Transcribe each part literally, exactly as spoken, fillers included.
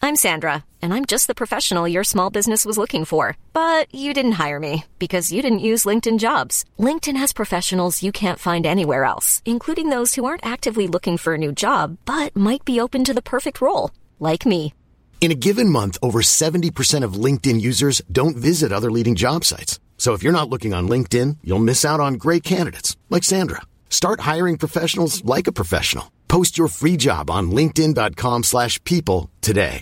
I'm Sandra, and I'm just the professional your small business was looking for. But you didn't hire me because you didn't use LinkedIn Jobs. LinkedIn has professionals you can't find anywhere else, including those who aren't actively looking for a new job, but might be open to the perfect role, like me. In a given month, over seventy percent of LinkedIn users don't visit other leading job sites. So if you're not looking on LinkedIn, you'll miss out on great candidates, like Sandra. Start hiring professionals like a professional. Post your free job on linkedin dot com slash people today.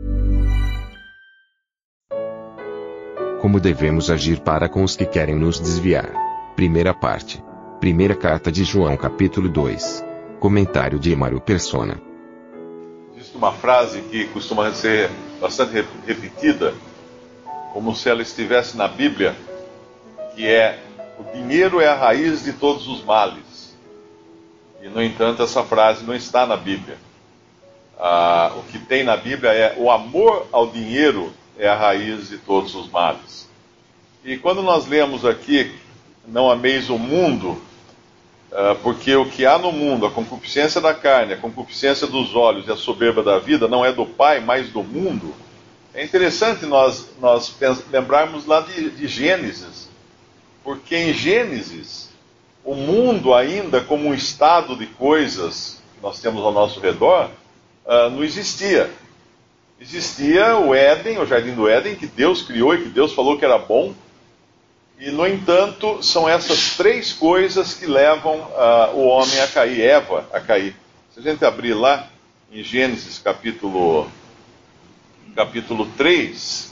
Como devemos agir para com os que querem nos desviar? Primeira parte. Primeira carta de João, capítulo dois. Comentário de Mário Persona. Existe uma frase que costuma ser bastante repetida, como se ela estivesse na Bíblia, que é: o dinheiro é a raiz de todos os males. E, no entanto, essa frase não está na Bíblia. Ah, o que tem na Bíblia é: o amor ao dinheiro é a raiz de todos os males. E quando nós lemos aqui: não ameis o mundo, ah, porque o que há no mundo, a concupiscência da carne, a concupiscência dos olhos e a soberba da vida, não é do Pai, mas do mundo. É interessante nós, nós lembrarmos lá de, de Gênesis, porque em Gênesis, o mundo ainda como um estado de coisas que nós temos ao nosso redor, uh, não existia. Existia o Éden, o Jardim do Éden, que Deus criou e que Deus falou que era bom. E, no entanto, são essas três coisas que levam uh, o homem a cair, Eva a cair. Se a gente abrir lá em Gênesis capítulo, capítulo três,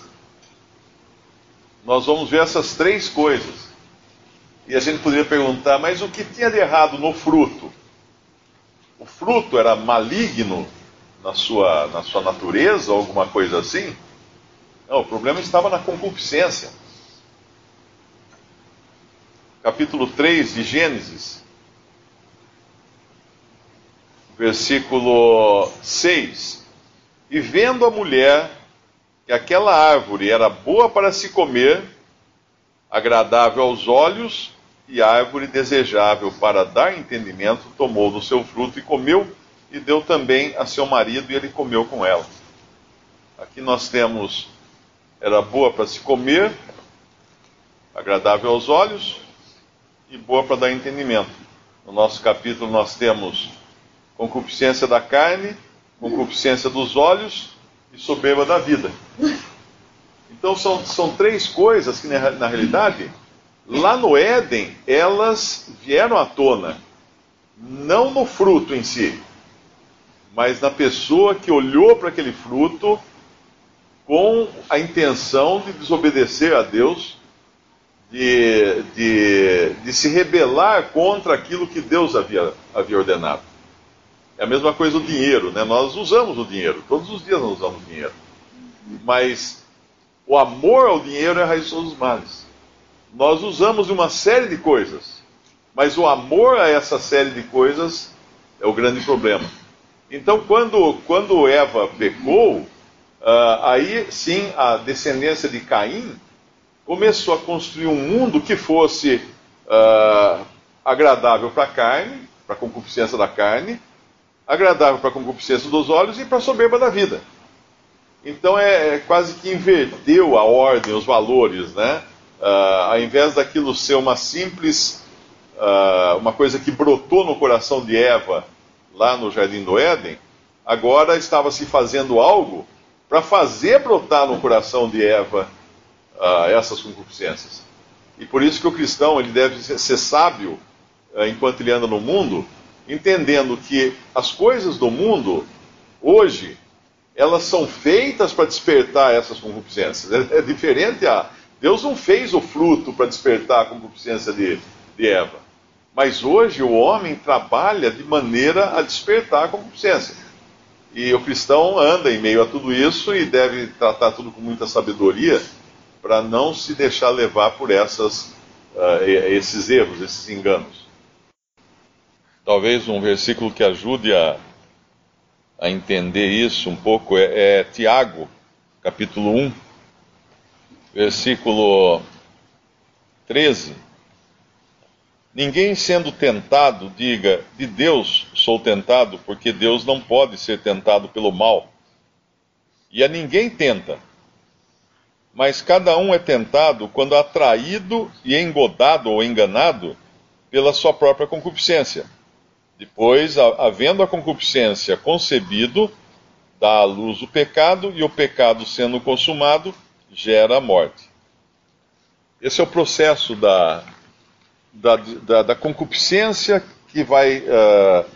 nós vamos ver essas três coisas. E a gente poderia perguntar: mas o que tinha de errado no fruto? O fruto era maligno na sua, na sua natureza, ou alguma coisa assim? Não, o problema estava na concupiscência. Capítulo três de Gênesis, versículo seis. E vendo a mulher que aquela árvore era boa para se comer, agradável aos olhos, e árvore desejável para dar entendimento, tomou do seu fruto e comeu, e deu também a seu marido, e ele comeu com ela. Aqui nós temos: era boa para se comer, agradável aos olhos, e boa para dar entendimento. No nosso capítulo nós temos concupiscência da carne, concupiscência dos olhos e soberba da vida. Então são, são três coisas que, na, na realidade, lá no Éden, elas vieram à tona. Não no fruto em si, mas na pessoa que olhou para aquele fruto com a intenção de desobedecer a Deus, de, de, de se rebelar contra aquilo que Deus havia, havia ordenado. É a mesma coisa o dinheiro, né? Nós usamos o dinheiro, todos os dias nós usamos dinheiro. Mas o amor ao dinheiro é a raiz de todos os males. Nós usamos uma série de coisas, mas o amor a essa série de coisas é o grande problema. Então, quando, quando Eva pecou, uh, aí sim a descendência de Caim começou a construir um mundo que fosse uh, agradável para a carne, para a concupiscência da carne, agradável para a concupiscência dos olhos e para a soberba da vida. Então é, é quase que inverteu a ordem, os valores, né? Uh, ao invés daquilo ser uma simples, uh, uma coisa que brotou no coração de Eva, lá no Jardim do Éden, agora estava se fazendo algo para fazer brotar no coração de Eva uh, essas concupiscências. E por isso que o cristão ele deve ser sábio uh, enquanto ele anda no mundo, entendendo que as coisas do mundo, hoje, elas são feitas para despertar essas concupiscências. É, é diferente a... Deus não fez o fruto para despertar a concupiscência de, de Eva. Mas hoje o homem trabalha de maneira a despertar a concupiscência. E o cristão anda em meio a tudo isso e deve tratar tudo com muita sabedoria para não se deixar levar por essas, uh, esses erros, esses enganos. Talvez um versículo que ajude a, a entender isso um pouco é, é Tiago, capítulo um, versículo treze. Ninguém sendo tentado diga, de Deus sou tentado, porque Deus não pode ser tentado pelo mal. E a ninguém tenta, mas cada um é tentado quando atraído e engodado ou enganado pela sua própria concupiscência. Depois, havendo a concupiscência concebido, dá à luz o pecado, e o pecado sendo consumado, gera a morte. Esse é o processo da, da, da, da concupiscência que vai... Uh,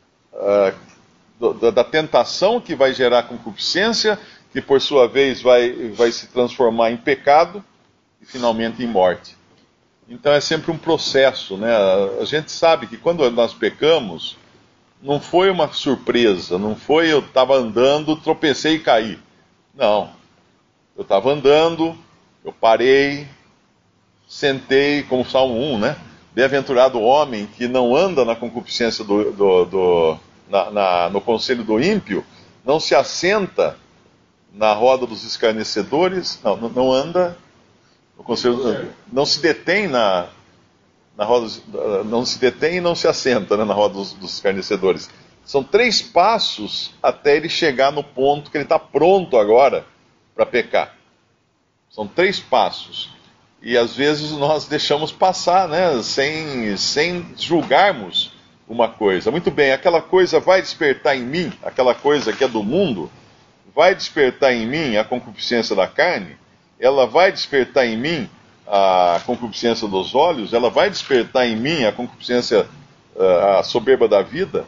uh, da, da tentação que vai gerar concupiscência, que por sua vez vai, vai se transformar em pecado e finalmente em morte. Então é sempre um processo, né? A gente sabe que quando nós pecamos, não foi uma surpresa, não foi eu estava andando, tropecei e caí. Não. Eu estava andando, eu parei, sentei, como Salmo um, né? Bem-aventurado o homem que não anda na concupiscência do, do, do na, na, no conselho do ímpio, não se assenta na roda dos escarnecedores, não, não anda, no conselho, não se detém na, na roda, não se detém e não se assenta, né, na roda dos, dos escarnecedores. São três passos até ele chegar no ponto que ele está pronto agora para pecar. São três passos. E às vezes nós deixamos passar, né, sem, sem julgarmos uma coisa. Muito bem, aquela coisa vai despertar em mim, aquela coisa que é do mundo, vai despertar em mim a concupiscência da carne, ela vai despertar em mim a concupiscência dos olhos, ela vai despertar em mim a concupiscência, a soberba da vida.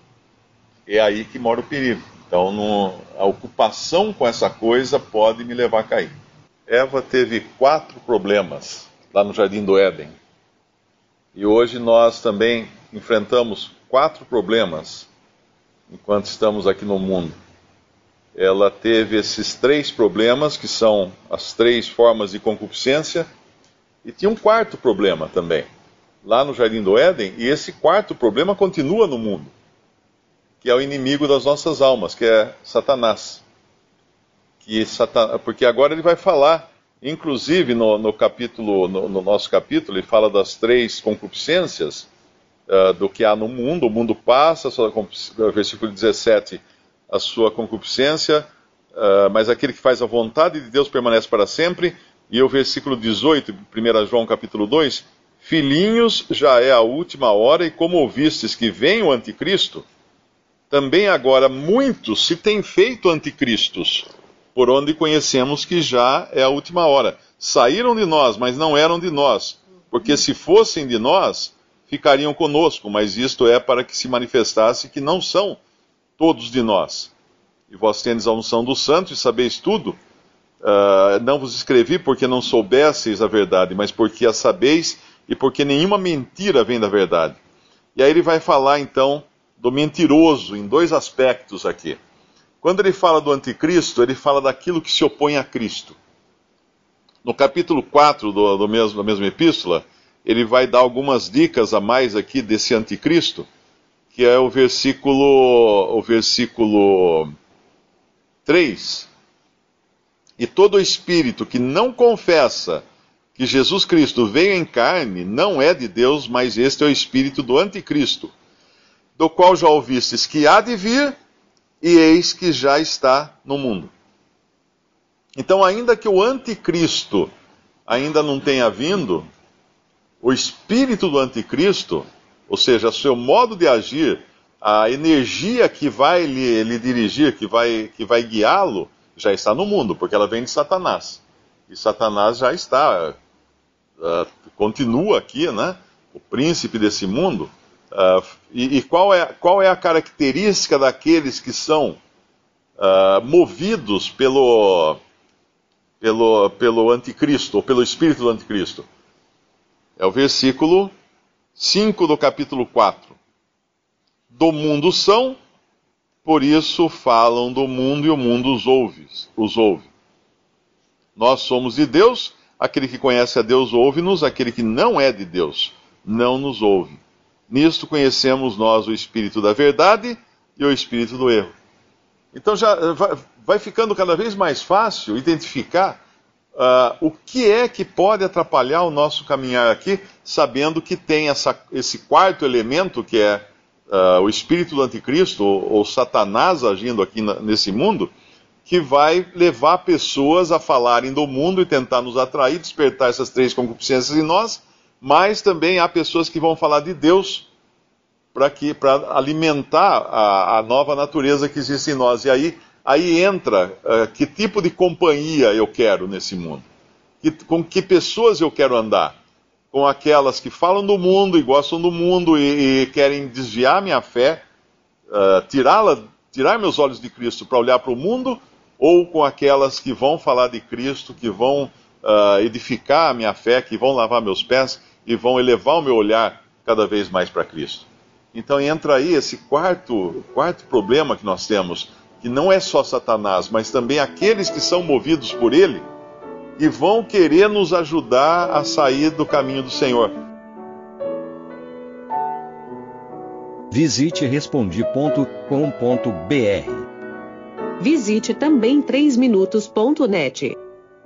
É aí que mora o perigo. Então, no, a ocupação com essa coisa pode me levar a cair. Eva teve quatro problemas lá no Jardim do Éden. E hoje nós também enfrentamos quatro problemas enquanto estamos aqui no mundo. Ela teve esses três problemas, que são as três formas de concupiscência, e tinha um quarto problema também, lá no Jardim do Éden, e esse quarto problema continua no mundo, que é o inimigo das nossas almas, que é Satanás. Que Satan... Porque agora ele vai falar, inclusive no, no capítulo, no, no nosso capítulo, ele fala das três concupiscências uh, do que há no mundo. O mundo passa, sua, versículo dezessete, a sua concupiscência, uh, mas aquele que faz a vontade de Deus permanece para sempre. E o versículo dezoito, primeiro João capítulo dois, filhinhos, já é a última hora, e como ouvistes que vem o anticristo, também agora muitos se têm feito anticristos, por onde conhecemos que já é a última hora. Saíram de nós, mas não eram de nós, porque se fossem de nós, ficariam conosco, mas isto é para que se manifestasse que não são todos de nós. E vós tendes a unção do santo e sabeis tudo. Uh, não vos escrevi porque não soubesseis a verdade, mas porque a sabeis e porque nenhuma mentira vem da verdade. E aí ele vai falar então do mentiroso em dois aspectos aqui. Quando ele fala do anticristo, ele fala daquilo que se opõe a Cristo. No capítulo quatro do, do mesmo, da mesma epístola, ele vai dar algumas dicas a mais aqui desse anticristo, que é o versículo, o versículo três. E todo espírito que não confessa que Jesus Cristo veio em carne não é de Deus, mas este é o espírito do anticristo, do qual já ouvistes que há de vir, e eis que já está no mundo. Então, ainda que o anticristo ainda não tenha vindo, o espírito do anticristo, ou seja, o seu modo de agir, a energia que vai lhe, lhe dirigir, que vai, que vai guiá-lo, já está no mundo, porque ela vem de Satanás. E Satanás já está, uh, continua aqui, né? O príncipe desse mundo. Uh, e e qual, é, qual é a característica daqueles que são uh, movidos pelo, pelo, pelo anticristo, ou pelo espírito do anticristo? É o versículo cinco do capítulo quatro. Do mundo são, por isso falam do mundo e o mundo os ouve, os ouve. Nós somos de Deus, aquele que conhece a Deus ouve-nos, aquele que não é de Deus não nos ouve. Nisto conhecemos nós o espírito da verdade e o espírito do erro. Então já vai, vai ficando cada vez mais fácil identificar uh, o que é que pode atrapalhar o nosso caminhar aqui, sabendo que tem essa, esse quarto elemento que é Uh, o espírito do anticristo, ou, ou Satanás agindo aqui na, nesse mundo, que vai levar pessoas a falarem do mundo e tentar nos atrair, despertar essas três concupiscências em nós, mas também há pessoas que vão falar de Deus para que para alimentar a, a nova natureza que existe em nós. E aí, aí entra uh, que tipo de companhia eu quero nesse mundo. Que, com que pessoas eu quero andar? Com aquelas que falam do mundo e gostam do mundo e, e querem desviar minha fé, uh, tirá-la, tirar meus olhos de Cristo para olhar para o mundo, ou com aquelas que vão falar de Cristo, que vão uh, edificar a minha fé, que vão lavar meus pés e vão elevar o meu olhar cada vez mais para Cristo. Então entra aí esse quarto, quarto problema que nós temos, que não é só Satanás, mas também aqueles que são movidos por ele, e vão querer nos ajudar a sair do caminho do Senhor. Visite respondi ponto com ponto b r. Visite também três minutos ponto net.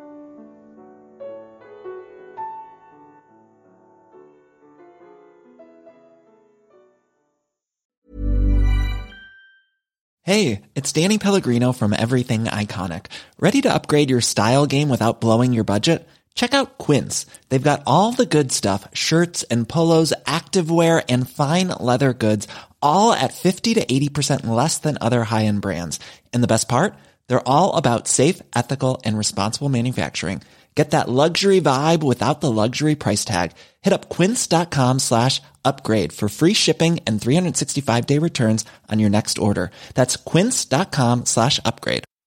Hey, it's Danny Pellegrino from Everything Iconic. Ready to upgrade your style game without blowing your budget? Check out Quince. They've got all the good stuff, shirts and polos, activewear, and fine leather goods, all at fifty to eighty percent less than other high-end brands. And the best part? They're all about safe, ethical, and responsible manufacturing. Get that luxury vibe without the luxury price tag. Hit up quince.com slash upgrade for free shipping and three sixty-five day returns on your next order. That's quince.com slash upgrade.